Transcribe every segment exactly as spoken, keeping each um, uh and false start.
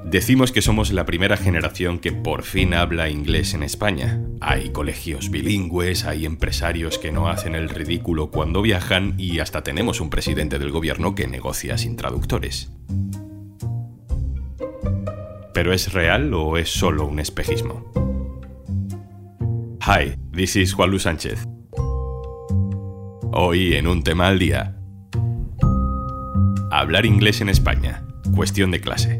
Decimos que somos la primera generación que por fin habla inglés en España. Hay colegios bilingües, hay empresarios que no hacen el ridículo cuando viajan y hasta tenemos un presidente del gobierno que negocia sin traductores. ¿Pero es real o es solo un espejismo? Hi, this is Juan Luis Sánchez. Hoy en Un Tema al Día. Hablar inglés en España. Cuestión de clase.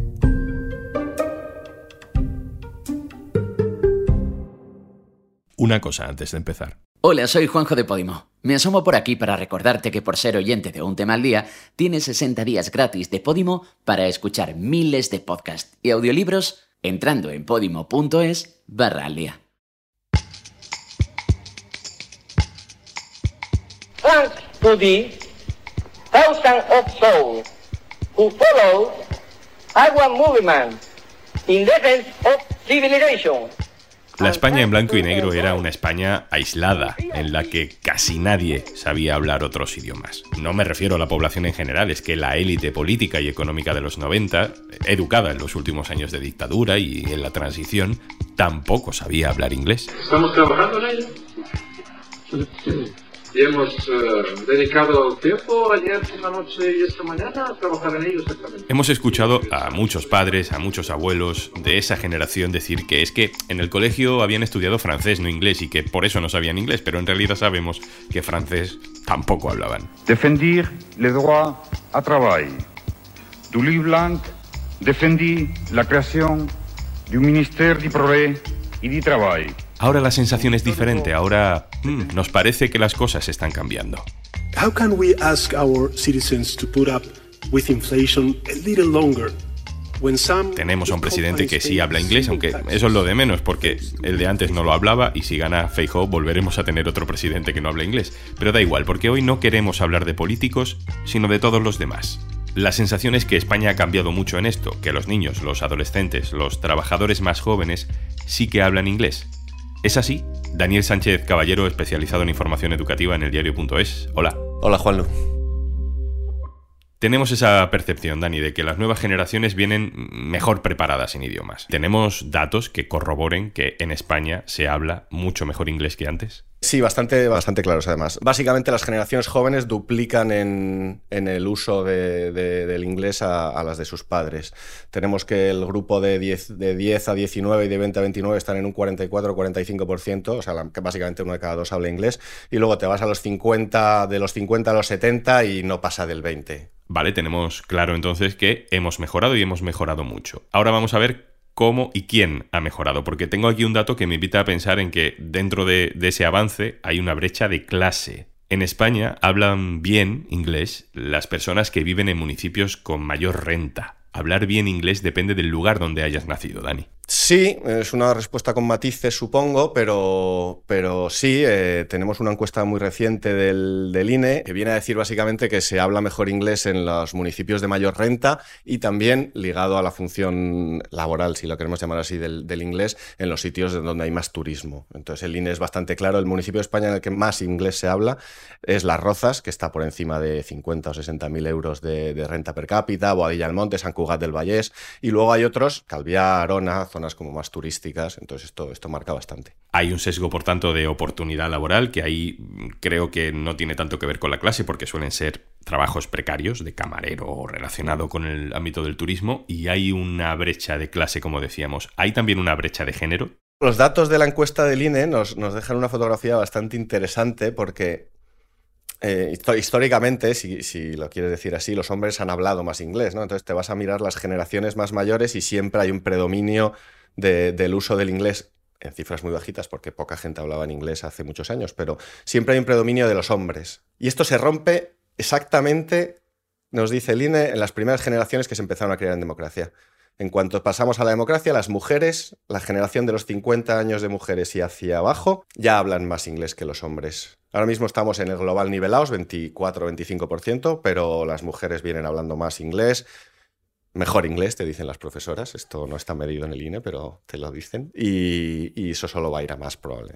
Una cosa antes de empezar. Hola, soy Juanjo de Podimo. Me asomo por aquí para recordarte que por ser oyente de Un Tema al Día, tienes sesenta días gratis de Podimo para escuchar miles de podcasts y audiolibros entrando en podimo.es barra al día. Thanks to the thousands of souls who follow our movement in defense of civilization. La España en blanco y negro era una España aislada, en la que casi nadie sabía hablar otros idiomas. No me refiero a la población en general, es que la élite política y económica de los noventa, educada en los últimos años de dictadura y en la transición, tampoco sabía hablar inglés. Estamos trabajando en ello. Y hemos uh, dedicado tiempo ayer por la noche y esta mañana a trabajar en ello exactamente. Hemos escuchado a muchos padres, a muchos abuelos de esa generación decir que es que en el colegio habían estudiado francés, no inglés, y que por eso no sabían inglés, pero en realidad sabemos que francés tampoco hablaban. Defendir les droits à travail. Du Livre Blanc defendí la creación de un Ministère du Progrès y du Travail. Ahora la sensación es diferente, ahora mm, nos parece que las cosas están cambiando. How can we ask our citizens to put up with inflation a little longer? When some Tenemos a un presidente que sí habla inglés, aunque eso es lo de menos, porque el de antes no lo hablaba y si gana Feijóo volveremos a tener otro presidente que no habla inglés. Pero da igual, porque hoy no queremos hablar de políticos, sino de todos los demás. La sensación es que España ha cambiado mucho en esto, que los niños, los adolescentes, los trabajadores más jóvenes sí que hablan inglés. ¿Es así? Daniel Sánchez Caballero, especializado en información educativa en eldiario.es. Hola. Hola, Juanlu. Tenemos esa percepción, Dani, de que las nuevas generaciones vienen mejor preparadas en idiomas. ¿Tenemos datos que corroboren que en España se habla mucho mejor inglés que antes? Sí, bastante, bastante claros además. Básicamente las generaciones jóvenes duplican en, en el uso de, de, del inglés a, a las de sus padres. Tenemos que el grupo de diez, de diez a diecinueve y de veinte a veintinueve están en un cuarenta y cuatro a cuarenta y cinco por ciento, o sea, la, que básicamente uno de cada dos habla inglés, y luego te vas a los cincuenta, de los cincuenta a los setenta y no pasa del veinte. Vale, tenemos claro entonces que hemos mejorado y hemos mejorado mucho. Ahora vamos a ver cómo y quién ha mejorado, porque tengo aquí un dato que me invita a pensar en que dentro de, de ese avance hay una brecha de clase. En España hablan bien inglés las personas que viven en municipios con mayor renta. Hablar bien inglés depende del lugar donde hayas nacido, Dani. Sí, es una respuesta con matices, supongo, pero, pero sí, eh, tenemos una encuesta muy reciente del, del I N E que viene a decir básicamente que se habla mejor inglés en los municipios de mayor renta y también ligado a la función laboral, si lo queremos llamar así, del, del inglés, en los sitios donde hay más turismo. Entonces el I N E es bastante claro, el municipio de España en el que más inglés se habla es Las Rozas, que está por encima de cincuenta o sesenta mil euros de, de renta per cápita, Boadilla del Monte, Sant Cugat del Vallès, y luego hay otros, Calviá, Arona, zonas como más turísticas, entonces esto, esto marca bastante. Hay un sesgo, por tanto, de oportunidad laboral, que ahí creo que no tiene tanto que ver con la clase, porque suelen ser trabajos precarios, de camarero o relacionado con el ámbito del turismo, y hay una brecha de clase, como decíamos. ¿Hay también una brecha de género? Los datos de la encuesta del I N E nos, nos dejan una fotografía bastante interesante, porque Eh, históricamente, si, si lo quieres decir así, los hombres han hablado más inglés, ¿no? Entonces te vas a mirar las generaciones más mayores y siempre hay un predominio de, del uso del inglés en cifras muy bajitas porque poca gente hablaba en inglés hace muchos años, pero siempre hay un predominio de los hombres. Y esto se rompe exactamente, nos dice el I N E, en las primeras generaciones que se empezaron a crear en democracia. En cuanto pasamos a la democracia, las mujeres, la generación de los cincuenta años de mujeres y hacia abajo, ya hablan más inglés que los hombres. Ahora mismo estamos en el global nivelados, veinticuatro a veinticinco por ciento, pero las mujeres vienen hablando más inglés, mejor inglés, te dicen las profesoras. Esto no está medido en el I N E, pero te lo dicen. Y, y eso solo va a ir a más probablemente.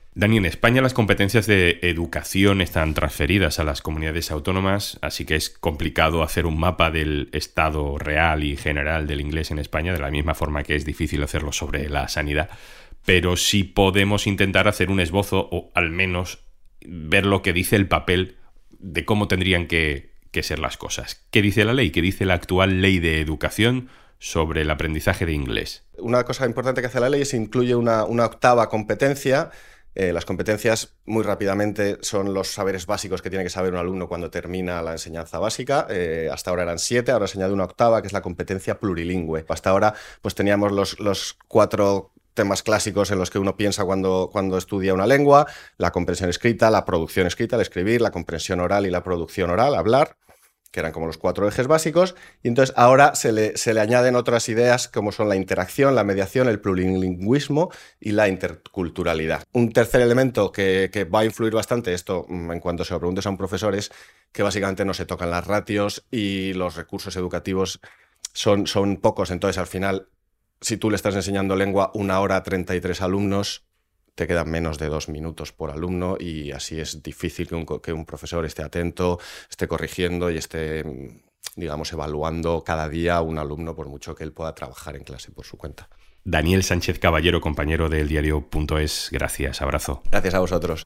Dani, en España las competencias de educación están transferidas a las comunidades autónomas, así que es complicado hacer un mapa del estado real y general del inglés en España, de la misma forma que es difícil hacerlo sobre la sanidad. Pero sí podemos intentar hacer un esbozo o al menos ver lo que dice el papel de cómo tendrían que, que ser las cosas. ¿Qué dice la ley? ¿Qué dice la actual ley de educación sobre el aprendizaje de inglés? Una cosa importante que hace la ley es incluye una, una octava competencia. Eh, las competencias, muy rápidamente, son los saberes básicos que tiene que saber un alumno cuando termina la enseñanza básica. Eh, hasta ahora eran siete, ahora se añade una octava, que es la competencia plurilingüe. Hasta ahora pues teníamos los, los cuatro temas clásicos en los que uno piensa cuando, cuando estudia una lengua: la comprensión escrita, la producción escrita, el escribir, la comprensión oral y la producción oral, hablar, que eran como los cuatro ejes básicos, y entonces ahora se le, se le añaden otras ideas como son la interacción, la mediación, el plurilingüismo y la interculturalidad. Un tercer elemento que, que va a influir bastante, esto en cuanto se lo preguntes a un profesor, es que básicamente no se tocan las ratios y los recursos educativos son, son pocos. Entonces, al final, si tú le estás enseñando lengua una hora a treinta y tres alumnos, te quedan menos de dos minutos por alumno, y así es difícil que un, que un profesor esté atento, esté corrigiendo y esté, digamos, evaluando cada día a un alumno, por mucho que él pueda trabajar en clase por su cuenta. Daniel Sánchez Caballero, compañero del diario punto es, gracias, abrazo. Gracias a vosotros.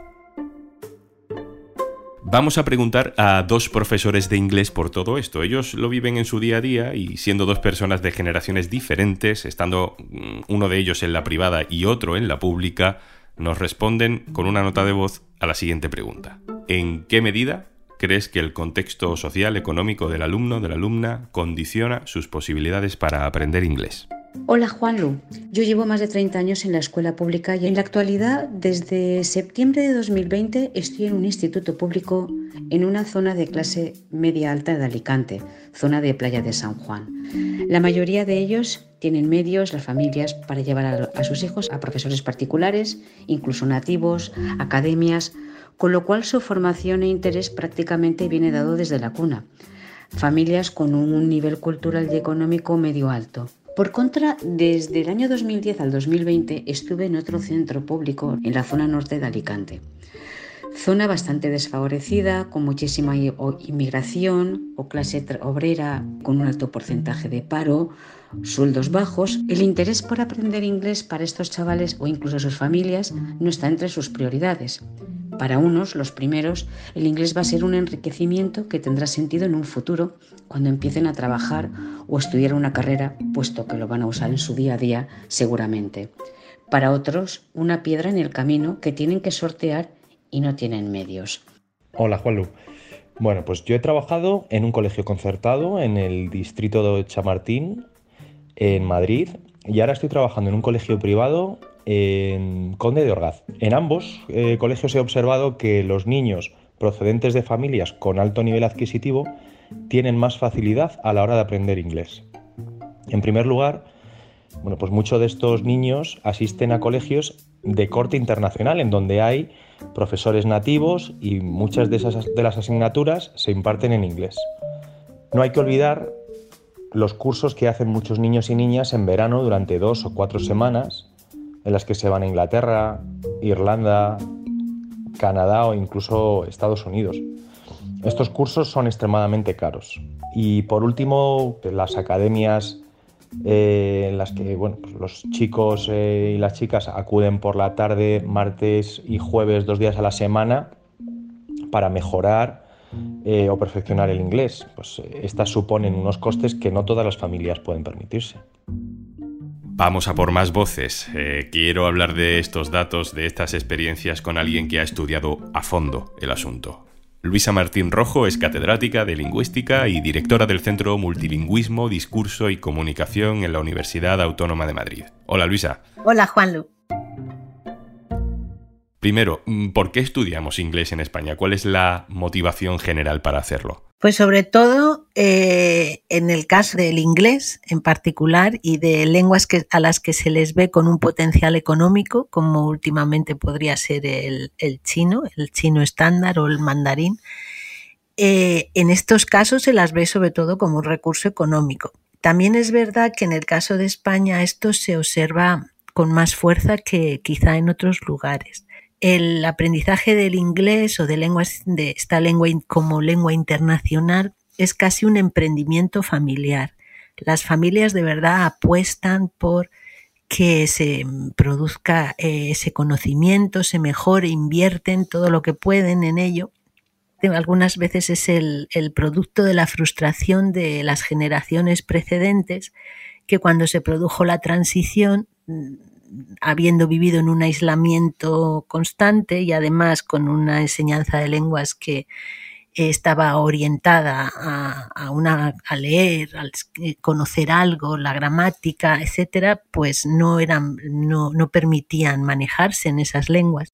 Vamos a preguntar a dos profesores de inglés por todo esto. Ellos lo viven en su día a día y siendo dos personas de generaciones diferentes, estando uno de ellos en la privada y otro en la pública, nos responden con una nota de voz a la siguiente pregunta. ¿En qué medida crees que el contexto social, económico del alumno, de la alumna, condiciona sus posibilidades para aprender inglés? Hola Juanlu, yo llevo más de treinta años en la escuela pública y en la actualidad, desde septiembre de dos mil veinte, estoy en un instituto público en una zona de clase media alta de Alicante, zona de Playa de San Juan. La mayoría de ellos tienen medios, las familias, para llevar a, a sus hijos a profesores particulares, incluso nativos, academias, con lo cual su formación e interés prácticamente viene dado desde la cuna. Familias con un nivel cultural y económico medio alto. Por contra, desde el año dos mil diez al dos mil veinte estuve en otro centro público en la zona norte de Alicante. Zona bastante desfavorecida, con muchísima inmigración o clase obrera con un alto porcentaje de paro, sueldos bajos. El interés por aprender inglés para estos chavales o incluso sus familias no está entre sus prioridades. Para unos, los primeros, el inglés va a ser un enriquecimiento que tendrá sentido en un futuro cuando empiecen a trabajar o estudiar una carrera, puesto que lo van a usar en su día a día seguramente. Para otros, una piedra en el camino que tienen que sortear y no tienen medios. Hola Juanlu. Bueno, pues yo he trabajado en un colegio concertado en el distrito de Chamartín, en Madrid, y ahora estoy trabajando en un colegio privado en Conde de Orgaz. En ambos eh, colegios he observado que los niños procedentes de familias con alto nivel adquisitivo tienen más facilidad a la hora de aprender inglés. En primer lugar, bueno, pues muchos de estos niños asisten a colegios de corte internacional, en donde hay profesores nativos y muchas de, esas, de las asignaturas se imparten en inglés. No hay que olvidar los cursos que hacen muchos niños y niñas en verano durante dos o cuatro semanas, en las que se van a Inglaterra, Irlanda, Canadá o incluso Estados Unidos. Estos cursos son extremadamente caros. Y por último, las academias eh, en las que bueno, pues los chicos eh, y las chicas acuden por la tarde, martes y jueves, dos días a la semana, para mejorar eh, o perfeccionar el inglés. Pues eh, estas suponen unos costes que no todas las familias pueden permitirse. Vamos a por más voces. Eh, quiero hablar de estos datos, de estas experiencias con alguien que ha estudiado a fondo el asunto. Luisa Martín Rojo es catedrática de Lingüística y directora del Centro Multilingüismo, Discurso y Comunicación en la Universidad Autónoma de Madrid. Hola Luisa. Hola Juanlu. Primero, ¿por qué estudiamos inglés en España? ¿Cuál es la motivación general para hacerlo? Pues sobre todo eh, en el caso del inglés en particular y de lenguas que, a las que se les ve con un potencial económico, como últimamente podría ser el, el chino, el chino estándar o el mandarín. Eh, en estos casos se las ve sobre todo como un recurso económico. También es verdad que en el caso de España esto se observa con más fuerza que quizá en otros lugares. el aprendizaje del inglés o de lenguas de esta lengua como lengua internacional es casi un emprendimiento familiar. Las familias de verdad apuestan por que se produzca eh, ese conocimiento, se mejore, invierten todo lo que pueden en ello. Algunas veces es el, el producto de la frustración de las generaciones precedentes, que cuando se produjo la transición, habiendo vivido en un aislamiento constante y además con una enseñanza de lenguas que estaba orientada a, a, una, a leer, a conocer algo, la gramática, etcétera, pues no, eran, no, no permitían manejarse en esas lenguas.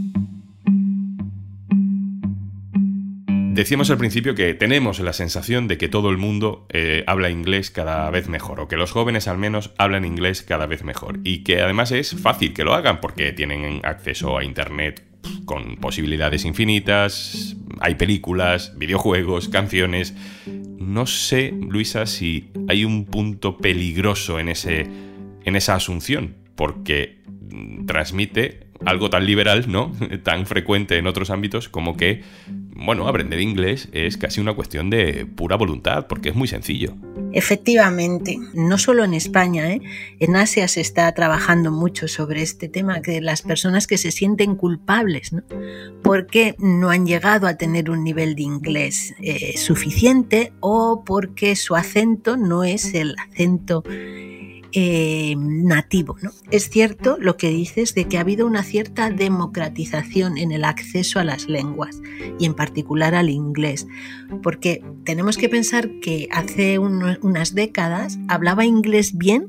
Decíamos al principio que tenemos la sensación de que todo el mundo eh, habla inglés cada vez mejor, o que los jóvenes al menos hablan inglés cada vez mejor, y que además es fácil que lo hagan porque tienen acceso a internet con posibilidades infinitas, hay películas, videojuegos, canciones. No sé, Luisa, si hay un punto peligroso en, ese, en esa asunción, porque transmite algo tan liberal, ¿no? Tan frecuente en otros ámbitos como que, bueno, aprender inglés es casi una cuestión de pura voluntad, porque es muy sencillo. Efectivamente, no solo en España, ¿eh? En Asia se está trabajando mucho sobre este tema, que las personas que se sienten culpables, ¿no? Porque no han llegado a tener un nivel de inglés eh, suficiente o porque su acento no es el acento Eh, nativo, ¿no? Es cierto lo que dices de que ha habido una cierta democratización en el acceso a las lenguas y en particular al inglés, porque tenemos que pensar que hace un, unas décadas hablaba inglés bien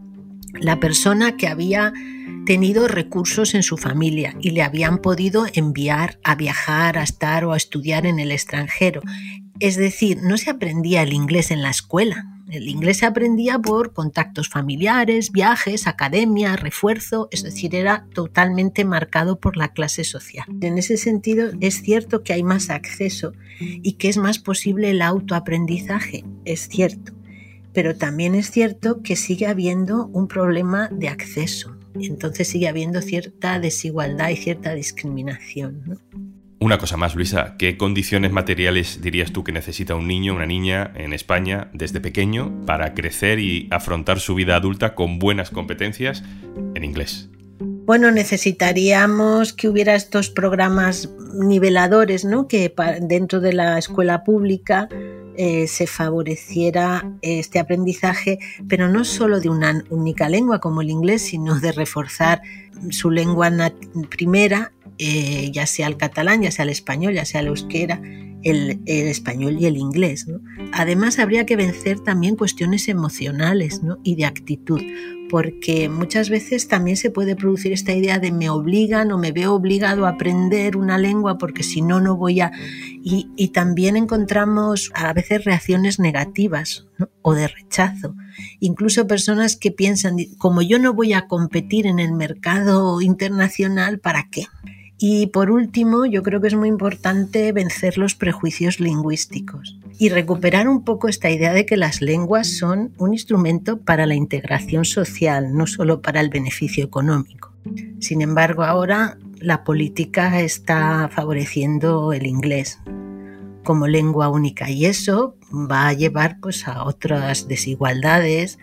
la persona que había tenido recursos en su familia y le habían podido enviar a viajar, a estar o a estudiar en el extranjero. Es decir, no se aprendía el inglés en la escuela. El inglés se aprendía por contactos familiares, viajes, academia, refuerzo, es decir, era totalmente marcado por la clase social. En ese sentido, es cierto que hay más acceso y que es más posible el autoaprendizaje, es cierto, pero también es cierto que sigue habiendo un problema de acceso, entonces sigue habiendo cierta desigualdad y cierta discriminación, ¿no? Una cosa más, Luisa, ¿qué condiciones materiales dirías tú que necesita un niño o una niña en España desde pequeño para crecer y afrontar su vida adulta con buenas competencias en inglés? Bueno, necesitaríamos que hubiera estos programas niveladores, ¿no? Que dentro de la escuela pública eh, se favoreciera este aprendizaje, pero no solo de una única lengua como el inglés, sino de reforzar su lengua primera, eh, ya sea el catalán, ya sea el español, ya sea el euskera, el, el español y el inglés, ¿no? Además, habría que vencer también cuestiones emocionales, ¿no? Y de actitud, porque muchas veces también se puede producir esta idea de me obligan o me veo obligado a aprender una lengua porque si no, no voy a... Y, y también encontramos a veces reacciones negativas, ¿no? O de rechazo. Incluso personas que piensan, como yo no voy a competir en el mercado internacional, ¿para qué? Y por último, yo creo que es muy importante vencer los prejuicios lingüísticos y recuperar un poco esta idea de que las lenguas son un instrumento para la integración social, no solo para el beneficio económico. Sin embargo, ahora la política está favoreciendo el inglés como lengua única y eso va a llevar pues, a otras desigualdades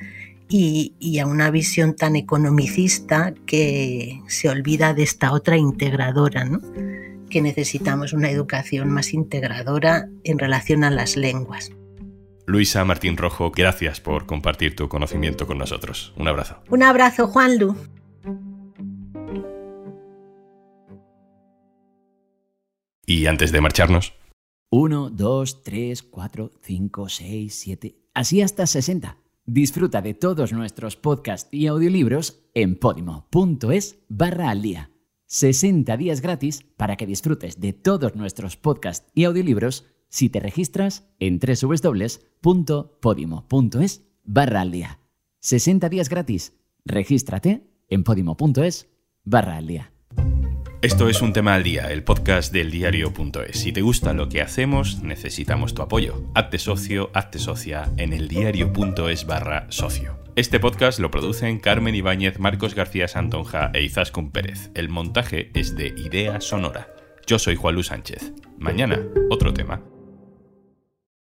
y, y a una visión tan economicista que se olvida de esta otra integradora, ¿no? Que necesitamos una educación más integradora en relación a las lenguas. Luisa Martín Rojo, gracias por compartir tu conocimiento con nosotros. Un abrazo. Un abrazo, Juanlu. Y antes de marcharnos... uno, dos, tres, cuatro, cinco, seis, siete... Así hasta sesenta. Disfruta de todos nuestros podcasts y audiolibros en podimo.es barra al día. sesenta días gratis para que disfrutes de todos nuestros podcasts y audiolibros si te registras en www.podimo.es barra al día. sesenta días gratis. Regístrate en podimo.es barra al día. Esto es Un Tema al Día, el podcast del diario punto es. Si te gusta lo que hacemos, necesitamos tu apoyo. Hazte socio, hazte socia en eldiario.es barra socio. Este podcast lo producen Carmen Ibáñez, Marcos García Santonja e Izaskun Pérez. El montaje es de Idea Sonora. Yo soy Juan Luis Sánchez. Mañana, otro tema.